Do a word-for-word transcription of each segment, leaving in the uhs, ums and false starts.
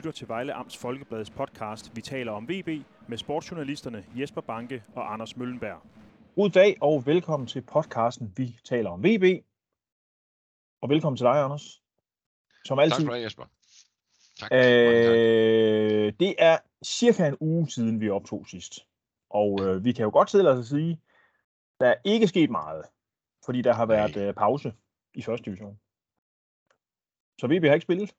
lytter til Vejle Amts Folkebladets podcast Vi taler om V B med sportsjournalisterne Jesper Banke og Anders Møllenberg. God dag og velkommen til podcasten Vi taler om V B. Og velkommen til dig, Anders. Som altid. Tak for det, Jesper. Tak. Øh, tak. Det er cirka en uge siden, vi optog sidst. Og øh, vi kan jo godt tillade os at sige, der er ikke sket meget, fordi der har været øh, pause i første division. Så V B har ikke spillet.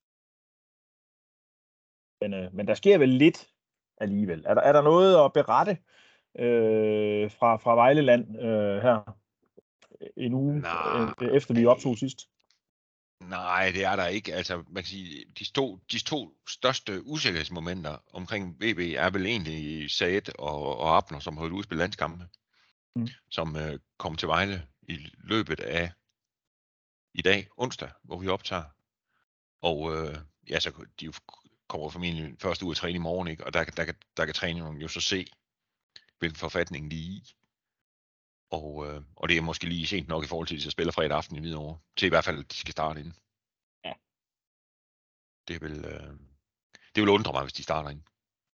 Men, øh, men der sker vel lidt alligevel. Er der, er der noget at berette øh, fra, fra Vejleland øh, her en uge Nej, øh, efter vi optog sidst? Nej, det er der ikke. Altså, man kan sige, de to, de to største usikkerhedsmomenter omkring V B er vel egentlig Saed og, og Abner, som holdt udspillet landskampe, mm. som øh, kom til Vejle i løbet af i dag, onsdag, hvor vi optager. Og øh, ja, så de kommer formentlig først ud af træne i morgen, ikke? Og der, der, der, der kan træneren jo så se, hvilken forfatning de er i. Og, øh, og det er måske lige sent nok i forhold til, at de spiller fredag aften i Hvidovre. Til i hvert fald, at de skal starte inden. Ja. Det vil, øh, det vil undre mig, hvis de starter inden.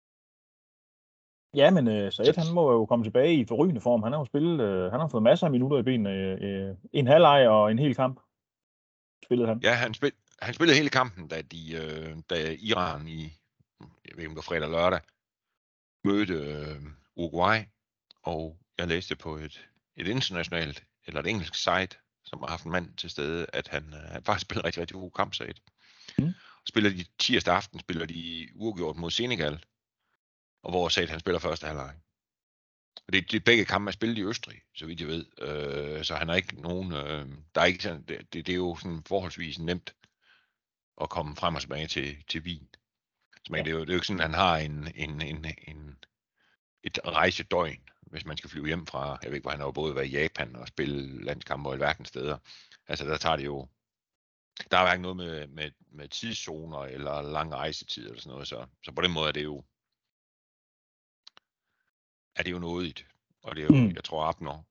Ja, men øh, Saed, han må jo komme tilbage i forrygende form. Han har jo spillet, øh, han har fået masser af minutter i benene. Øh, en halvleg og en hel kamp spillede han. Ja, han, spil, han spillede hele kampen, da, de, øh, da Iran i, jeg ved ikke om det var fredag eller lørdag, mødte øh, Uruguay. Og jeg læste på et, et internationalt, eller et engelsk site, som har haft en mand til stede, at han, øh, han faktisk spiller rigtig, rigtig god kamp, Saed. Mm. Spiller de tirsdag aften, spiller de uafgjort mod Senegal, og hvor Saed han spiller første halvleg. Og det, det begge kampe er spillet i Østrig, så vidt jeg ved. Øh, så han har ikke nogen, øh, der er ikke sådan, det, det er jo sådan forholdsvis nemt at komme frem og tilbage til, til Wien. Så man, ja. det, er jo, det er jo ikke sådan, at han har en, en, en, en, et rejsedøgn, hvis man skal flyve hjem fra, jeg ved ikke, hvor han har både været i Japan og spille landskampe og alverdens steder. Altså der tager det jo, der er jo ikke noget med, med, med tidszoner eller lang rejsetid eller sådan noget, så, så på den måde er det jo, er det jo nådigt. Og det er jo, mm. jeg tror, Abner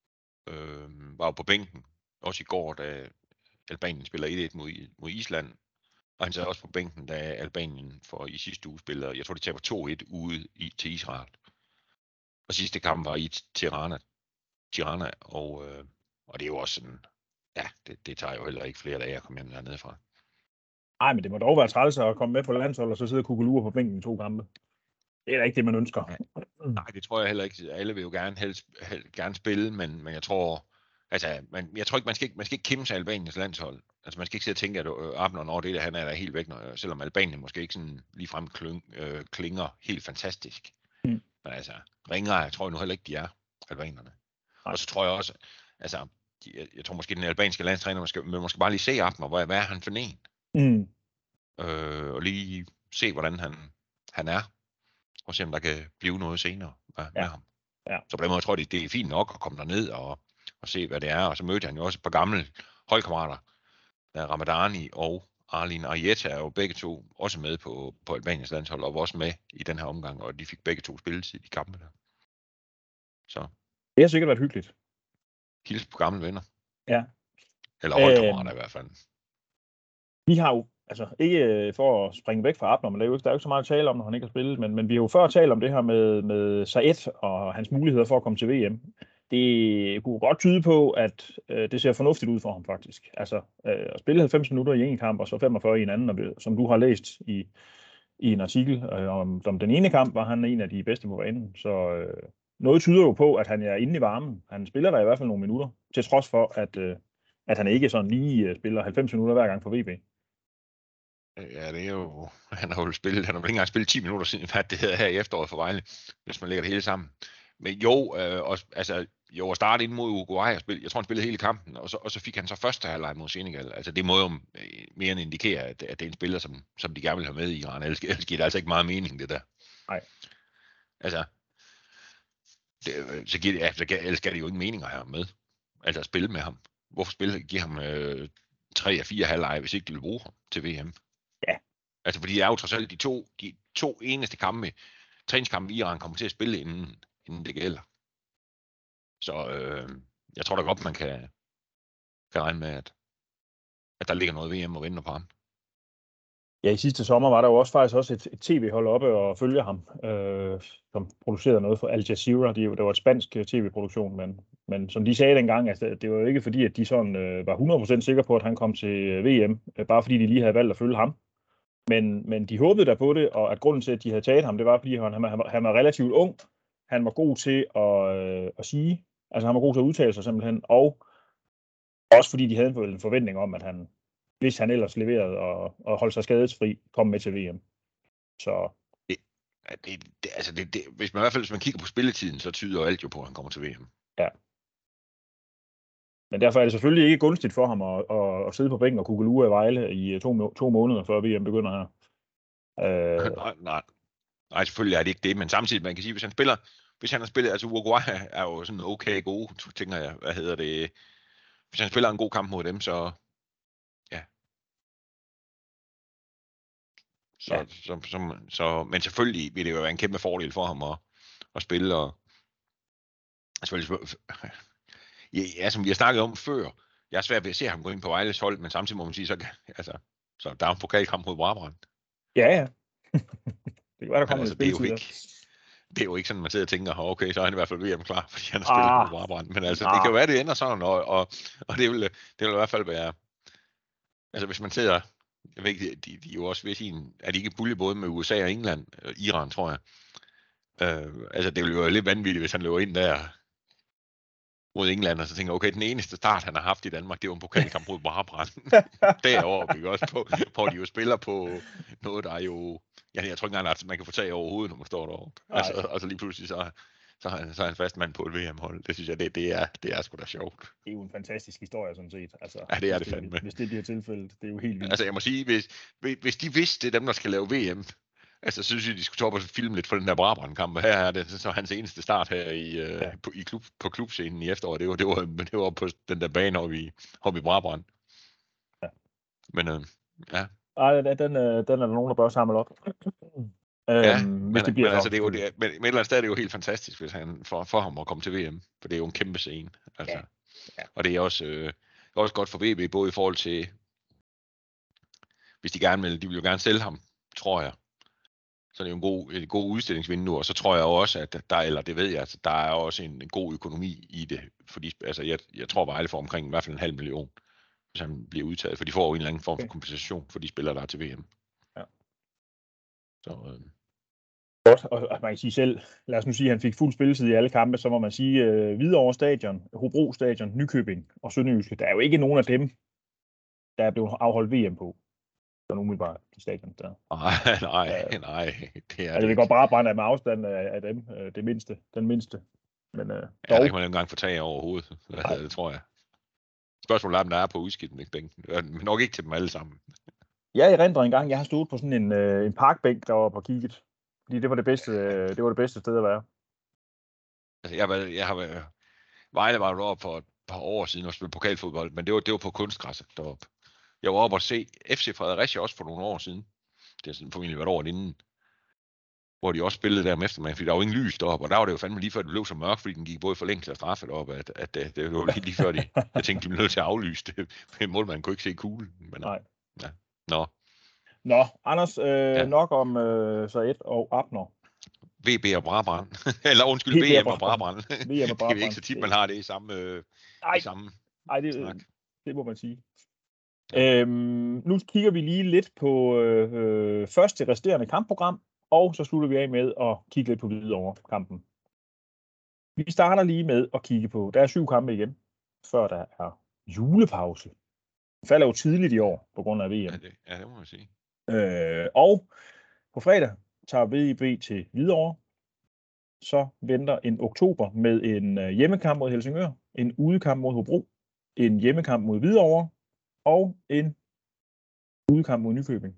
øh, var jo på bænken, også i går, da Albanien spiller et et mod, mod Island, og han sad også på bænken, da Albanien for i sidste uge spiller, jeg tror, de taber to et ude i, til Israel. Og sidste kamp var i Tirana, Tirana og, øh, og det er jo også sådan, ja, det, det tager jo heller ikke flere dage at komme hjem dernede fra. Nej, men det må dog være træls at komme med på landshold, og så sidde kugelure på bænken i to kampe. Det er da ikke det, man ønsker. Ja. Nej, det tror jeg heller ikke. Alle vil jo gerne, helst, helst, gerne spille, men, men jeg tror, altså, man, jeg tror ikke, man skal ikke, man skal ikke kæmpe sig Albaniens landshold. Altså, man skal ikke sidde og tænke, at øh, Abner, når det der, han er der helt væk, når, selvom Albanien måske ikke sådan ligefrem kling, øh, klinger helt fantastisk. Mm. Men altså, ringere, jeg tror nu heller ikke, de er, albanerne. Nej. Og så tror jeg også, altså, de, jeg, jeg tror måske, den albanske landstræner, man skal, man skal bare lige se Abner, hvad, hvad er han for en? Mm. Øh, og lige se, hvordan han, han er. Og se, om der kan blive noget senere med, ja. med ham. Ja. Så på den måde tror jeg, det er fint nok at komme derned og, og se, hvad det er. Og så mødte han jo også et par gamle holdkammerater. Der Ramadani og Arlin Arieta er jo begge to også med på, på Albaniens landshold, og var også med i den her omgang, og de fik begge to spilletid i kampen der. Så. Det har sikkert været hyggeligt. Hils på gamle venner. Ja. Eller holdkammerater øh, i hvert fald. Vi har jo, altså ikke for at springe væk fra Abner, men der er jo ikke, der er jo ikke så meget at tale om, når han ikke har spillet, men, men vi har jo før talt om det her med, med Saed og hans muligheder for at komme til V M. Det kunne godt tyde på, at øh, det ser fornuftigt ud for ham faktisk. Altså øh, at spille halvfems minutter i en kamp, og så femogfyrre i en anden, og, som du har læst i, i en artikel øh, om, om den ene kamp, var han en af de bedste på banen. Så øh, noget tyder jo på, at han er inde i varmen. Han spiller der i hvert fald nogle minutter, til trods for, at, øh, at han ikke sådan lige øh, spiller halvfems minutter hver gang for V B. Ja, det er jo, han har jo spillet, han har ikke engang spillet ti minutter siden, hvad det hedder her i efteråret for Vejle, hvis man lægger det hele sammen. Men jo, øh, også, altså, jo at starte ind mod Uruguay, og spille, jeg tror han spillede hele kampen, og så, og så fik han så første halvleg mod Senegal. Altså det må jo mere end indikere, at, at det er en spiller, som, som de gerne vil have med i Iran. Ellers, ellers giver det altså ikke meget mening, det der. Nej. Altså, det, så giver det, altså, ellers giver det jo ingen mening at have ham med. Altså at spille med ham. Hvorfor spille, give ham øh, tre af fire halvleg, hvis ikke de vil bruge ham til V M? Ja. Altså, fordi det er jo trods alt de to, de to eneste kampe, træningskampe i Iran kommer til at spille, inden, inden det gælder. Så øh, jeg tror da godt, man kan, kan regne med, at, at der ligger noget V M og venter på ham. Ja, i sidste sommer var der jo også faktisk også et, et tv-hold oppe og følger ham, øh, som producerede noget for Al Jazeera. Det, det var et spansk tv-produktion, men, men som de sagde dengang, altså, det var jo ikke fordi, at de sådan øh, var hundrede procent sikre på, at han kom til V M, øh, bare fordi de lige havde valgt at følge ham. Men, men de håbede der på det, og at grunden til, at de havde taget ham, det var, fordi han, han, var, han var relativt ung. Han var god til at, øh, at sige, altså han var god til at udtale sig simpelthen, og også fordi de havde en forventning om, at han, hvis han ellers leverede og, og holdt sig skadesfri, kom med til V M. Så det, det, det, altså det, det, hvis man i hvert fald hvis man kigger på spilletiden, så tyder alt jo på, at han kommer til V M. Ja. Men derfor er det selvfølgelig ikke gunstigt for ham at, at, at sidde på bænken og kugelure i Vejle i to, to måneder, før V M begynder her. Øh... nej, nej. Nej, selvfølgelig er det ikke det, men samtidig, man kan sige, hvis han spiller, hvis han har spillet, altså Uruguay er jo sådan okay gode, tænker jeg, hvad hedder det, hvis han spiller en god kamp mod dem, så ja. Så, ja. Så, så, så, så, men selvfølgelig vil det jo være en kæmpe fordel for ham at, at spille, og selvfølgelig, ja, som vi har snakket om før, jeg er svært ved at se ham gå ind på Vejles hold, men samtidig må man sige, så, altså, så der er en pokalkamp mod Brabrand. Ja, ja. Det kan være, der kommer altså, en spilletid. Det er jo ikke, det er jo ikke sådan, man sidder og tænker, okay, så er han i hvert fald V M klar, fordi han har spillet ah, mod Brabrand. Men altså, ah. det kan jo være, det ender sådan, og, og, og det, vil, det vil i hvert fald være, altså hvis man sidder, jeg ved ikke, de, de er jo også ved sin, er de ikke bulje både med U S A og England, Iran, tror jeg. Øh, altså, det ville jo være lidt vanvittigt, hvis han løber ind der mod England, og så tænker okay, den eneste start, han har haft i Danmark, det var en pokalkamp mod Brabrand. Derovre, vi også på, hvor de jo spiller på noget, der er jo, ja, jeg tror ikke engang, at man kan få tag over hovedet, når man står deroppe. Altså, og så lige pludselig, så, så, er, så er han fast mand på et V M-hold. Det synes jeg, det, det, er, det er sgu da sjovt. Det er jo en fantastisk historie, sådan set. Altså, ja, det er det fandme. Hvis det bliver tilfældet, det er jo helt vildt. Altså, jeg må sige, hvis, hvis de vidste, det er dem, der skal lave V M, altså, så synes jeg, de skulle tage op og filme lidt for den der Brabrand-kamp. Her er det så hans eneste start her i, ja. på, i klub, på klubscenen i efteråret. Det var, det var, det var på den der bane oppe i, oppe i Brabrand. Ja. Men, øh, ja. Ej, den, den, den er der nogen, der bør samle op. Ja, øhm, men, det bliver men, altså, det er jo, det er, men, men et eller andet sted er det jo helt fantastisk, hvis han får for ham at komme til V M. For det er jo en kæmpe scene. Altså. Ja. Ja. Og det er også, øh, også godt for V B, både i forhold til, hvis de gerne vil, de vil jo gerne sælge ham, tror jeg. Så det er jo en god, et god udstillingsvindue, og så tror jeg også, at der, eller det ved jeg, at der er også en, en god økonomi i det. Fordi, altså, jeg, jeg tror, Vejle får omkring i hvert fald en halv million, hvis han bliver udtaget, for de får jo en eller anden form for kompensation for de spillere, der er til V M. Ja. Så, øh... Godt, og man kan sige selv, lad os nu sige, at han fik fuld spilletid i alle kampe, så må man sige, øh, Hvidovre Stadion, Hobro Stadion, Nykøbing og Sønderjyske, der er jo ikke nogen af dem, der er blevet afholdt V M på. Sådan umiddelbart i stadion der. Nej, nej, uh, nej. Det er altså, det går bare brænde med afstand af, af dem, det mindste, den mindste. Men, uh, ja, det kan man jo engang få tag over hovedet, det tror jeg. Spørgsmålet er, om der er på udskiftningsbænken, men nok ikke til dem alle sammen. Jeg erindrer engang, jeg har stået på sådan en, uh, en parkbænk deroppe og kigget, fordi det var det bedste, uh, det var det bedste sted at være. Altså, jeg, jeg har været, Vejle var jo oppe for et par år siden og spille pokalfodbold, men det var, det var på kunstgræsset deroppe. Jeg var oppe og se F C Fredericia også for nogle år siden. Det har sådan formentlig været året inden. Hvor de også spillede der om eftermiddagen, fordi der var jo ingen lys deroppe. Og der var det jo fandme lige før, det blev så mørkt, fordi den gik både forlængelse og straffe deroppe, at, at det, det var lige, lige før, de, jeg tænkte, de blev nødt til at aflyse det. Men målmanden kunne ikke se kuglen. Men, nej. Ja. Nå. Nå, Anders, øh, ja. nok om øh, Saed og Abner. V B og Brabrand. Eller undskyld, V M og Brabrand. V M og Brabrand. Det er ikke så tit, man har det i samme, øh, i samme Nej, det, det må man sige. Øhm, nu kigger vi lige lidt på øh, første resterende kampprogram, og så slutter vi af med at kigge lidt på Hvidovre-kampen. Vi starter lige med at kigge på, der er syv kampe igen, før der er julepause. Det falder jo tidligt i år på grund af V M. Ja, det, ja, det må man sige. Øh, og på fredag tager V B til Hvidovre. Så venter en oktober med en øh, hjemmekamp mod Helsingør, en udekamp mod Hobro, en hjemmekamp mod Hvidovre, og en udekamp mod Nykøbing.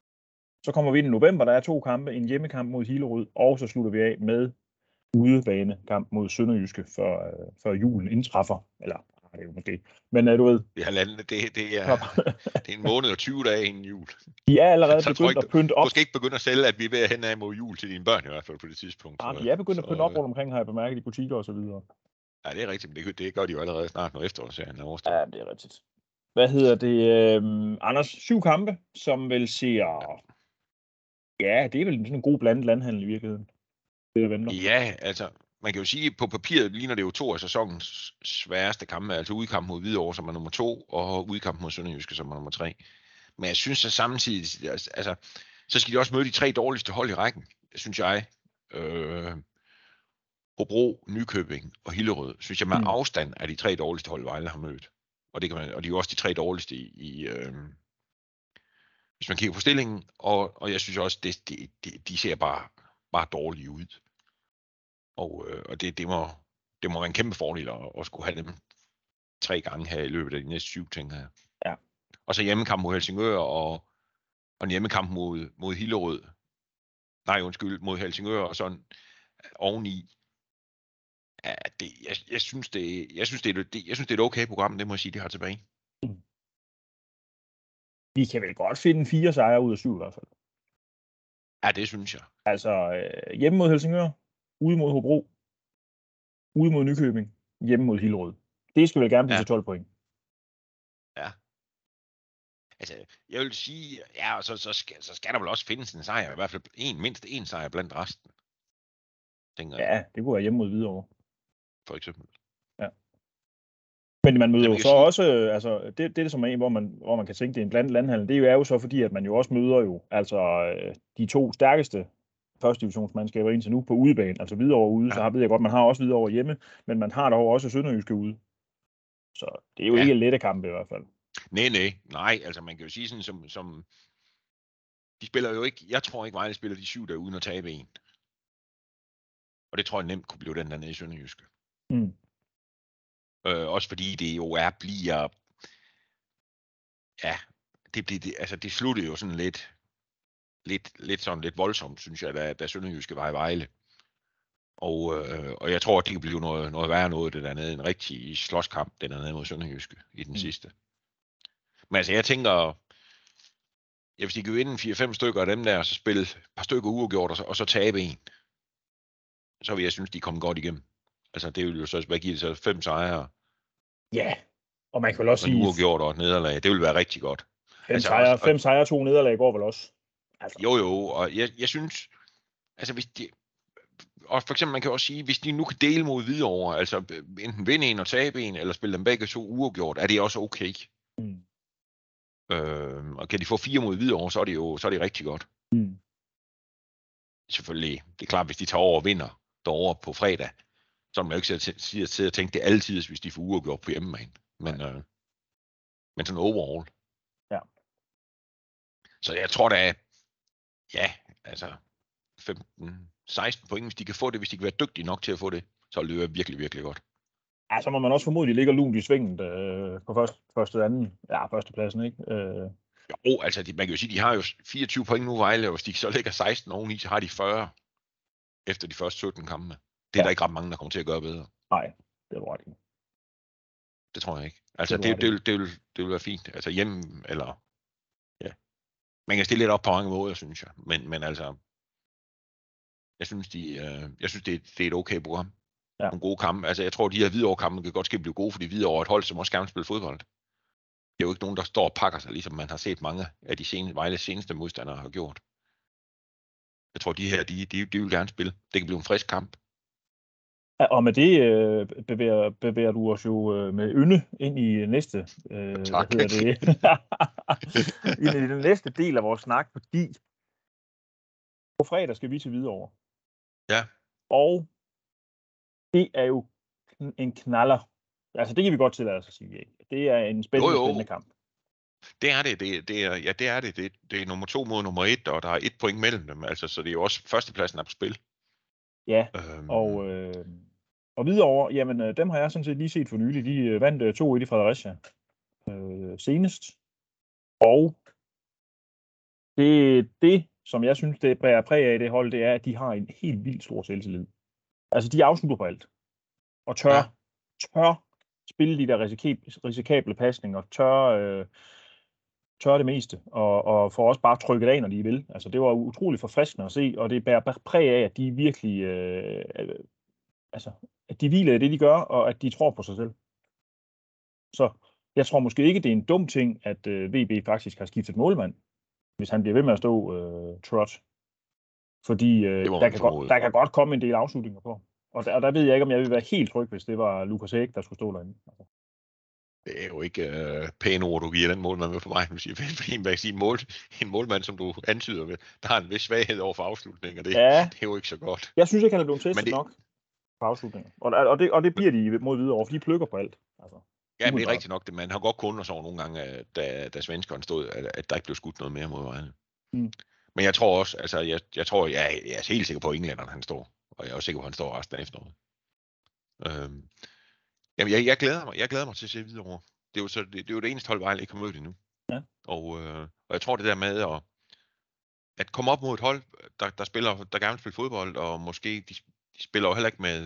Så kommer vi ind i november, der er to kampe, en hjemmekamp mod Hillerød, og så slutter vi af med udebanekamp mod Sønderjyske, før, øh, før julen indtræffer. Eller, det er jo måske. Men uh, du ved... Det, det, det, er, det er en måned og tyve dage inden jul. De er allerede begyndt ikke, at pynte op. Du skal ikke begynde at sælge, at vi er ved at hen af mod jul til dine børn i hvert fald på det tidspunkt. Ja, de er begyndt så, at pynte op rundt omkring, har jeg bemærket, i butikker og så videre. Ja, det er rigtigt, men det, det gør de jo allerede snart, når efterårsserien er overstået. Ja, det er rigtigt. hvad hedder det, øh, Anders, syv kampe, som vel ser, ja, det er vel sådan en god blandet landhandel i virkeligheden. Det, der venter. Ja, altså, man kan jo sige, at på papiret ligner det jo to af sæsonens sværeste kampe, altså udkamp mod Hvidovre, som er nummer to, og udkamp mod Sønderjyske, som er nummer tre. Men jeg synes, at samtidig, altså, så skal de også møde de tre dårligste hold i rækken, synes jeg. Øh, Hobro, Nykøbing og Hillerød, synes jeg med mm. afstand er de tre dårligste hold, Vejle har mødt. Og, det kan man, og de er jo også de tre dårligste i, i øh, hvis man kigger på stillingen, og, og jeg synes også, det, det, det, de ser bare, bare dårlige ud. Og, øh, og det, det, må, det må være en kæmpe fordel at, at skulle have dem tre gange her i løbet af de næste syv, tænker jeg. Ja. Og så hjemmekamp mod Helsingør og, og en hjemmekamp mod, mod Hillerød. Nej, undskyld, mod Helsingør og sådan oveni. Ja, det, jeg, jeg, synes, det, jeg, synes, det er, det, jeg synes, det er et okay program, det må jeg sige, de har tilbage. Mm. Vi kan vel godt finde fire sejre ud af syv i hvert fald. Ja, det synes jeg. Altså øh, hjemme mod Helsingør, ude mod Hobro, ude mod Nykøbing, hjemme mod Hillerød. Det skal vel gerne blive ja. til tolv point. Ja. Altså, jeg vil sige, ja, og så, så, skal, så skal der vel også findes en sejr, i hvert fald en, mindst en sejr blandt resten. Tænker ja, jeg. Det kunne være hjemme mod Hvidovre. For eksempel. Ja. Men man møder jo så sige... også, altså, det, det som er en, hvor man, hvor man kan tænke, det er en blandet landhandel, det er jo så fordi, at man jo også møder jo, altså de to stærkeste første divisionsmandskaber indtil nu på udebane, altså Hvidovre ude, ja. Så har, ved jeg godt, man har også Hvidovre hjemme, men man har dog også Sønderjyske ude. Så det er jo ja. ikke lette kampe i hvert fald. Nej, nej, nej, altså man kan jo sige sådan, som, som de spiller jo ikke, jeg tror ikke, Vejle spiller de syv der uden at tabe en. Og det tror jeg nemt kunne blive den der nede i Sønderjyske. Mm. Øh, også fordi det jo er, bliver, ja, det, det, det, altså det sluttede jo sådan lidt, lidt, lidt sådan lidt voldsomt, synes jeg, da, da Sønderjyske var i Vejle. Og, øh, og jeg tror, at det kan blive noget, noget værre noget, det dernede, en rigtig slåskamp, den dernede mod Sønderjyske i den mm. sidste. Men altså, jeg tænker, ja, hvis de kan vinde fire fem stykker af dem der, og så spille et par stykker uafgjort, og så, og så tabe en, så vil jeg synes, de kommer godt igennem. Altså, det vil jo så, hvad giver det så, fem sejre? Ja, og man kan vel også sige... Og uafgjort og et nederlag, det vil være rigtig godt. Fem, altså, sejre, også, og, fem sejre, to nederlag går vel også? Altså. Jo, jo, og jeg, jeg synes, altså hvis de... Og for eksempel, man kan også sige, hvis de nu kan dele mod Hvidovre, altså enten vinde en og tabe en, eller spille dem begge to uafgjort, er det også okay. Mm. Øh, og kan de få fire mod Hvidovre, så er det jo så er det rigtig godt. Mm. Selvfølgelig, det er klart, hvis de tager over og vinder derovre på fredag, så er man jo ikke sidde, sidde og tænke, det er altid, hvis de får uafgjort på hjemmebane. Men, øh, men sådan overall. Ja. Så jeg tror da, ja, altså femten seksten point, hvis de kan få det, hvis de kan være dygtige nok til at få det, så vil det være virkelig, virkelig godt. Ja, så må man også formodentlig ligge lunt i svinget øh, på første, første anden, ja, førstepladsen, ikke? Øh. Jo, altså, de, man kan jo sige, de har jo fireogtyve point nu, Vejle, og hvis de så lægger seksten oveni, så har de fyrre efter de første sytten kampe. Det er ja. Der ikke ret mange, der kommer til at gøre bedre. Nej, det var det ikke. Det tror jeg ikke. Altså, det, det, det, det, det, vil, det vil være fint. Altså hjemme, eller... Ja. Man kan stille lidt op på mange måder, synes jeg. Men, men altså... Jeg synes, de, øh, jeg synes det, er, det er et okay program. Ja. Nogle gode kampe. Altså, jeg tror, de her Hvidovre-kampe kan godt ske blive gode, fordi Hvidovre er et hold, som også gerne vil spille fodbold. Det er jo ikke nogen, der står og pakker sig, ligesom man har set mange af de seneste, Vejles seneste modstandere har gjort. Jeg tror, de her, de, de, de vil gerne spille. Det kan blive en frisk kamp. Ja, og med det øh, bevæger, bevæger du os jo øh, med ynde ind i næste, øh, tak. Hvad hedder det? ind i den næste del af vores snak, fordi på fredag skal vi til Hvidovre. Ja. Og det er jo en knaller. Altså, det kan vi godt tillade os at sige. Ikke? Det er en spændende, jo, jo. spændende kamp. Det er det. det, det er, ja, det er det. det. Det er nummer to mod nummer et, og der er et point mellem dem. Altså, så det er jo også førstepladsen er på spil. Ja, øhm. og, øh, og Hvidovre, jamen, dem har jeg sådan set lige set for nylig. De vandt to et i Fredericia øh, senest. Og det, det, som jeg synes, det bærer præg af det hold, det er, at de har en helt vildt stor selvtillid. Altså, de afslutter på alt. Og tør, ja. tør spille de der risikable pasninger, tør, øh, tør det meste, og, og får også bare trykket af, når de vil. Altså, det var utroligt forfriskende at se, og det bærer præg af, at de virkelig, øh, altså, at de hviler i det, de gør, og at de tror på sig selv. Så jeg tror måske ikke, det er en dum ting, at øh, V B faktisk har skiftet målmand, hvis han bliver ved med at stå øh, Trot. Fordi øh, der, kan godt, der kan godt komme en del afslutninger på. Og der, og der ved jeg ikke, om jeg vil være helt tryg, hvis det var Lukas Hæk, der skulle stå derinde. Altså. Det er jo ikke øh, pæne ord, du giver den målmand med for mig. Du siger, fordi man kan sige, mål, en målmand, som du antyder, der har en vis svaghed over for afslutninger. Det, ja, det er jo ikke så godt. Jeg synes ikke, han er blevet testet det, nok på afslutninger. Og, og, det, og det bliver de mod videre, for de plukker på alt. Altså, ja, men det er rigtigt nok. Det. Man har godt kunnet så nogle gange, da, da svenskeren stod, at, at der ikke blev skudt noget mere mod Vejle. Mm. Men jeg tror også, altså jeg, jeg tror, jeg, jeg er helt sikker på, at englænderen han står. Og jeg er også sikker på, at han står resten af efteråret. Øhm, jamen, jeg, jeg, glæder mig, jeg glæder mig til at se videre. Det er jo, så, det, det er jo det eneste hold, Vejle ikke har mødt endnu. Ja. Og, øh, og jeg tror, det der med at, at komme op mod et hold, der, der, spiller, der gerne vil spille fodbold, og måske de, de spiller jo heller ikke med,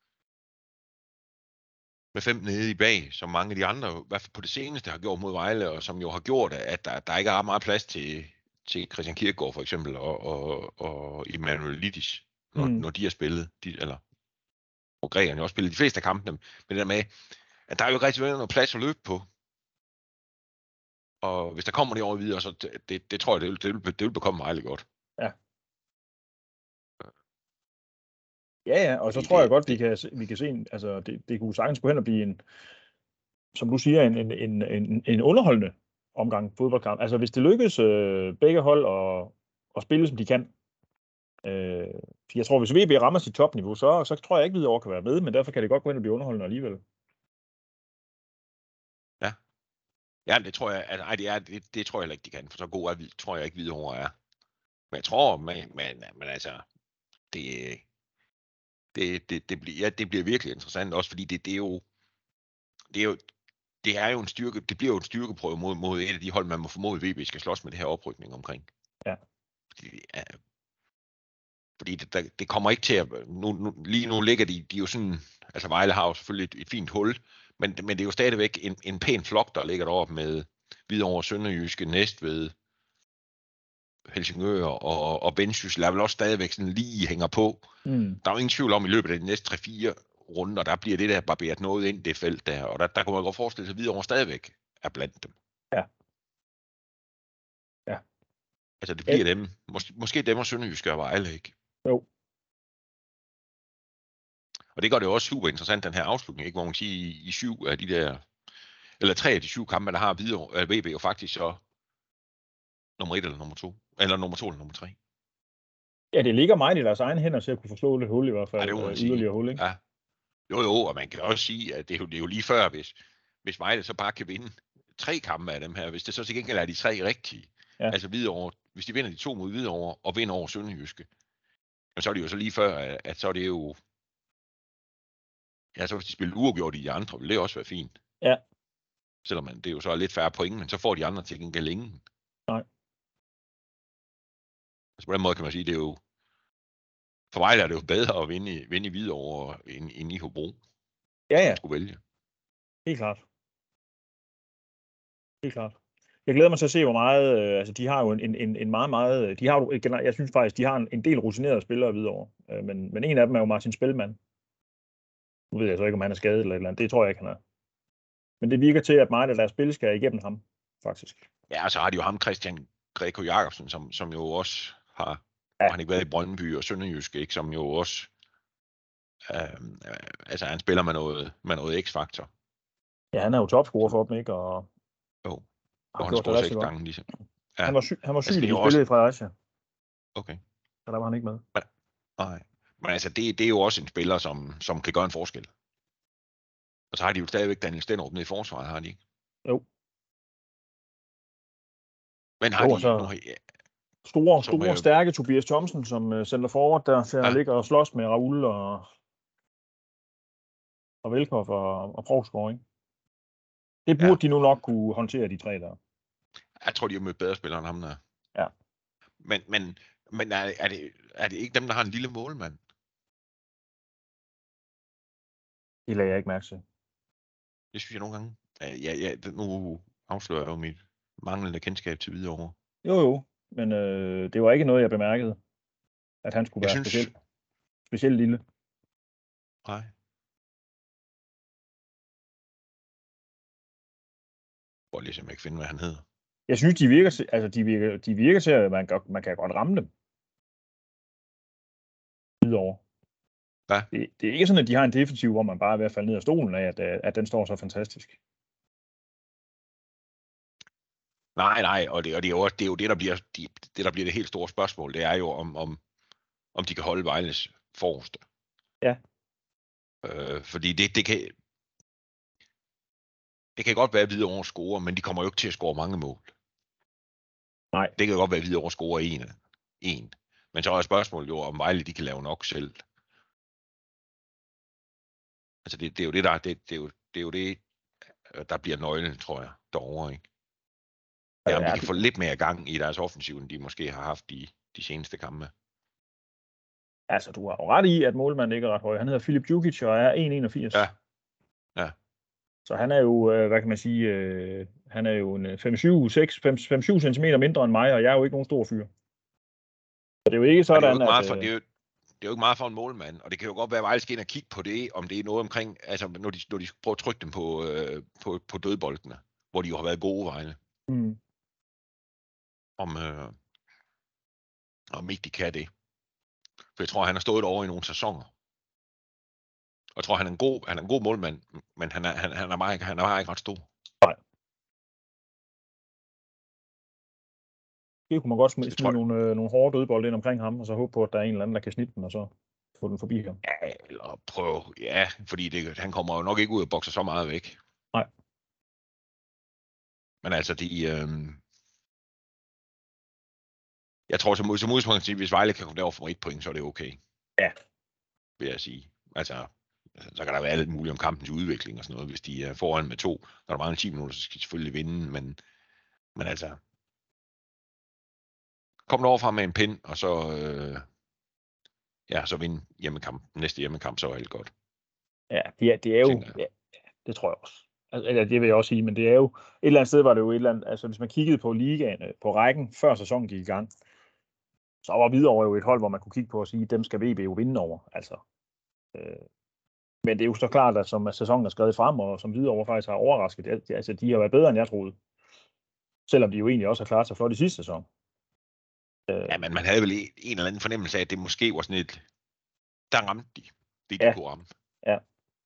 med fem nede i bag, som mange af de andre, i hvert fald på det seneste, har gjort mod Vejle, og som jo har gjort, at der, der ikke er meget plads til, til Christian Kierkegaard for eksempel, og, og, og Emanuel Lidis, når, mm. når de har spillet, de, eller og grækerne har også spillet de fleste af kampene, men det der med, at der er jo ikke rigtig noget plads at løbe på. Og hvis der kommer det over videre, så det, det, det tror jeg, det vil, det vil, det vil bekomme Vejle godt. Ja. Ja, ja, og så det, tror jeg godt, det, vi kan, vi kan se, en, altså det, det kunne sagtens gå hen og blive en, som du siger, en, en, en, en, en underholdende omgang fodboldkamp. Altså hvis det lykkes øh, begge hold at, at spille, som de kan. Øh, jeg tror, hvis V B rammer sit topniveau, så, så tror jeg ikke, at Hvidovre kan være med, men derfor kan det godt gå hen og blive underholdende alligevel. Ja. Ja, det tror jeg, altså, ej, det, er, det, det tror jeg ikke, de kan, for så god er, tror jeg ikke, Hvidovre er. Men jeg tror, men, men, men altså, det, det, det, det, bliver, ja, det bliver virkelig interessant, også fordi det, det er jo, det er jo, det er jo en styrke, det bliver jo en styrkeprøve mod, mod et af de hold, man må formode, V B skal slås med det her oprykning omkring. Ja. Fordi, ja, fordi det, der, det kommer ikke til at, nu, nu, lige nu ligger de, de er jo sådan, altså Vejle har jo selvfølgelig et, et fint hul, men, men det er jo stadigvæk en, en pæn flok, der ligger deroppe med Hvidovre, Sønderjyske, Næstved, Helsingør og, og Vendsyssel er vel også stadigvæk sådan lige hænger på. Mm. Der er jo ingen tvivl om, i løbet af de næste tre fire runder, der bliver det der barberet noget ind det felt der, og der, der kunne man godt forestille sig, at Hvidovre stadigvæk er blandt dem. Ja. Ja. Altså det bliver ja. dem. Mås- måske dem og Sønderjyske og Vejle, ikke? Jo. Og det gør det jo også super interessant, den her afslutning, ikke? Hvor man siger, i, i syv af de der, eller tre af de syv kampe, der har Hvidovre, øh, V B jo faktisk så nummer et eller nummer to, eller nummer to eller nummer tre. Ja, det ligger meget i deres egen hænder til at kunne forstå lidt hul i hvert fald. Ja, det må man sige. Yderligere hul, ikke? Ja. Jo, jo, og man kan også sige, at det er jo, det er jo lige før, hvis, hvis Vejle så bare kan vinde tre kampe af dem her, hvis det så til gengæld er de tre rigtige, ja. Altså Hvidovre, hvis de vinder de to mod Hvidovre og vinder over Sønderjyske, så er det jo så lige før, at, at så er det jo, ja, så hvis de spiller uafgjort i de andre, vil det også være fint. Ja. Selvom man, det er jo så lidt færre point, men så får de andre til gengæld ingen. Nej. Altså på den måde kan man sige, det er jo, for mig er det jo bedre at vinde i, vinde i Hvidovre end, end i Hobro. Ja, ja. Man skulle vælge. Helt klart. Helt klart. Jeg glæder mig til at se, hvor meget, øh, altså de har jo en, en, en meget, meget, de har jo, jeg synes faktisk, de har en, en del rutinerede spillere Hvidovre, øh, men, men en af dem er jo Martin Spelman. Nu ved jeg så ikke, om han er skadet eller et eller andet, det tror jeg ikke, han er. Men det virker til, at meget af deres spil skal igennem ham, faktisk. Ja, og så har de jo ham, Christian Greco Jacobsen, som, som jo også har, ja. Han ikke været i Brøndby og Sønderjysk, ikke, som jo også, øh, altså han spiller med noget, med noget x-faktor. Ja, han er jo topscorer for dem, ikke? Og jo, og han scorer seks gange ligesom. Ja. Han var syg, han var syg altså, i spillet i Fredericia. Okay. Så der var han ikke med. Men, nej. Men altså, det, det er jo også en spiller, som, som kan gøre en forskel. Og så har de jo stadigvæk Daniel Stenderup nede i forsvaret, har de ikke? Jo. Men har jo, de... Så... Nu, ja, store, store jeg... stærke Tobias Thomsen, som uh, sender forward der til at ja. ligge og slås med Raoul og, og Velkoff og, og Provsgaard, ikke? Det burde ja. de nu nok kunne håndtere, de tre der. Jeg tror, de har mødt bedre spillere end ham der. Ja. Men, men, men er, er, det, er det ikke dem, der har en lille målmand? Det lader jeg ikke mærke til. Det synes jeg nogle gange. Ja, ja, nu afslører jeg jo mit manglende kendskab til Hvidovre. Jo, jo. Men øh, det var ikke noget, jeg bemærkede, at han skulle jeg være synes... specielt, specielt lille. Nej. hvor jeg ligesom ikke finde, hvad han hedder. Jeg synes, de virker, til- altså, de virker, de virker til, at man, godt, man kan godt ramme dem. Videre. Ja. Det, det er ikke sådan, at de har en defensiv, hvor man bare er ved at falde ned af stolen af, at, at den står så fantastisk. Nej, nej, og det, og det, er, jo, det er jo det, der bliver, de, det, der bliver det helt store spørgsmål. Det er jo, om, om, om de kan holde Vejles forreste. Ja. Øh, fordi det, det kan... Det kan godt være, at Hvidovre scorer, men de kommer jo ikke til at score mange mål. Nej. Det kan godt være, at Hvidovre scorer en, en. Men så er spørgsmålet jo, om Vejle de kan lave nok selv. Altså det, det er jo det, der det, det er jo, det er jo det, der bliver nøglen, tror jeg, derovre, ikke? Ja, om de kan få lidt mere gang i deres offensiv, end de måske har haft i de seneste kampe. Altså, du har jo ret i, at målmanden ikke er ret høj. Han hedder Filip Djukic og er en komma enogfirs. Ja. Ja. Så han er jo, hvad kan man sige, øh, han er jo en fem syv centimeter mindre end mig, og jeg er jo ikke nogen stor fyr. Så det er jo ikke sådan, det er jo ikke meget at... for, det, er jo, det er jo ikke meget for en målmand, og det kan jo godt være, at Vejle skal ind og kigge på det, om det er noget omkring, altså når de, når de prøver at trykke dem på, øh, på, på dødboldene, hvor de jo har været gode Vejle. Mm. Om, øh, om ikke de kan det. For jeg tror, han har stået over i nogle sæsoner. Og jeg tror, han er en god, han er en god målmand, men han er, han, han er, bare, han er bare ikke ret stor. Nej. Det kunne man godt smide, smide nogle, øh, nogle hårde dødbolde ind omkring ham, og så håbe på, at der er en eller anden, der kan snitte den, og så få den forbi ham. Ja, eller prøv, ja, fordi det, han kommer jo nok ikke ud og bokser så meget væk. Nej. Men altså, de... Øh, jeg tror, som, som udgangspunkt, hvis Vejle kan komme derover for et point, så er det okay. Ja. Vil jeg sige. Altså, så kan der være alt muligt om kampens udvikling og sådan noget. Hvis de er foran med to, når der mangler ti minutter, så skal de selvfølgelig vinde. Men, men altså, kom derover fra med en pind, og så, øh, ja, så vinde hjemmekamp. Næste hjemmekamp, så er alt godt. Ja, det er, det er jo, ja, det tror jeg også. Altså, eller det vil jeg også sige, men det er jo, et eller andet sted var det jo et eller andet, altså hvis man kiggede på ligaen, på rækken, før sæsonen gik i gang, så var Hvidovre jo et hold, hvor man kunne kigge på og sige, dem skal V B jo vinde over, altså. Øh, men det er jo så klart, at som sæsonen er skrevet frem, og som Hvidovre faktisk har overrasket, at, altså de har været bedre, end jeg troede. Selvom de jo egentlig også har klaret sig flot i sidste sæson. Øh, ja, men man havde vel en eller anden fornemmelse af, at det måske var sådan et, der ramte de, det de ja. kunne ramme. Ja.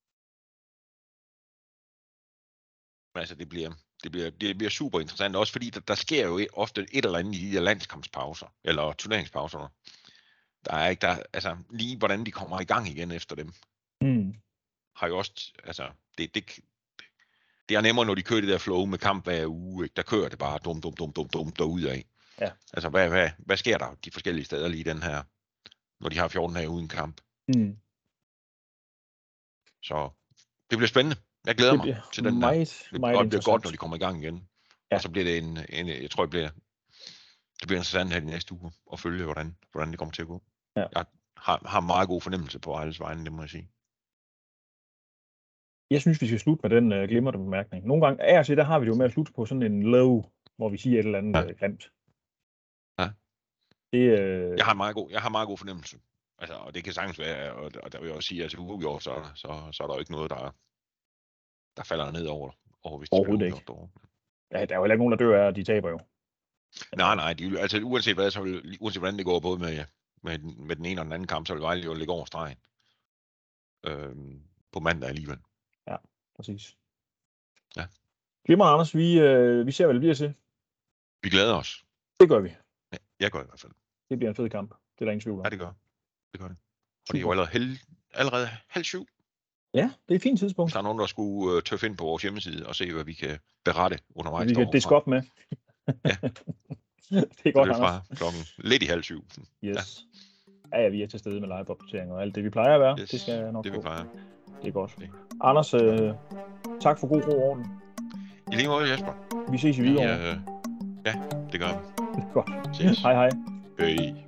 Men altså, det bliver, det bliver, det bliver super interessant, også fordi der, der sker jo et, ofte et eller andet i de der landskampspauser, eller turneringspauser. Der er ikke, der, altså lige hvordan de kommer i gang igen efter dem, mm. har jo også, altså, det, det, det er nemmere, når de kører det der flow med kamp hver uge, ikke? Der kører det bare dum, dum, dum, dum, dum, derudad. Ja. Altså, hvad, hvad, hvad sker der de forskellige steder lige den her, når de har fjorten dage uden kamp? Mm. Så det bliver spændende. Jeg glæder mig til den meget, der. Det, meget det bliver godt, når de kommer i gang igen. Ja. Og så bliver det en, en, jeg tror, det bliver, det bliver interessant her de næste uger at følge, hvordan, hvordan det kommer til at gå. Ja. Jeg har, har meget god fornemmelse på Vejles vegne, det må jeg sige. Jeg synes, vi skal slutte med den uh, glimrende bemærkning. Nogle gange, af og til, der har vi det jo med at slutte på sådan en low, hvor vi siger et eller andet ja. grimt. Ja. Det, øh... Jeg har en meget god, jeg har meget god fornemmelse. Altså, og det kan sagtens være, og, og der vil jeg også sige, at altså, uafgjort, så, så, så er der jo ikke noget, der, der falder ned over, over hvis overhovedet ikke. Ja, der er jo heller ikke nogen, der dør af, og de taber jo. Nej, nej, de, altså uanset hvad, så vil, uanset hvordan det går, både med, med, med den ene og den anden kamp, så vil Vejle jo ligge over stregen. Øhm, på mandag alligevel. Ja, præcis. Ja. Glimrende, Anders, vi, øh, vi ser, hvad det bliver til. Vi glæder os. Det gør vi. Ja, jeg gør i hvert fald. Det bliver en fed kamp. Det er der ingen tvivl om. Ja, det gør det. Gør det. Og det er jo allerede, hel, allerede halv syv. Ja, det er et fint tidspunkt. Så der er nogen, der skulle uh, tøffe ind på vores hjemmeside og se, hvad vi kan berette undervejs. Vi kan diske op med. Ja. Det er godt, det er fra Anders. klokken lidt i halv syv. Yes. Ja. ja, ja, vi er til stede med live-opdatering og alt det, vi plejer at være. Yes, det skal jeg nok det vi på. plejer. Det er godt. Okay. Anders, øh, tak for god ro og orden. I lige måde, Jesper. Vi ses i Hvidovre. Ja, øh, ja, det gør vi. Det er godt. Ses. Hej, hej. Hej.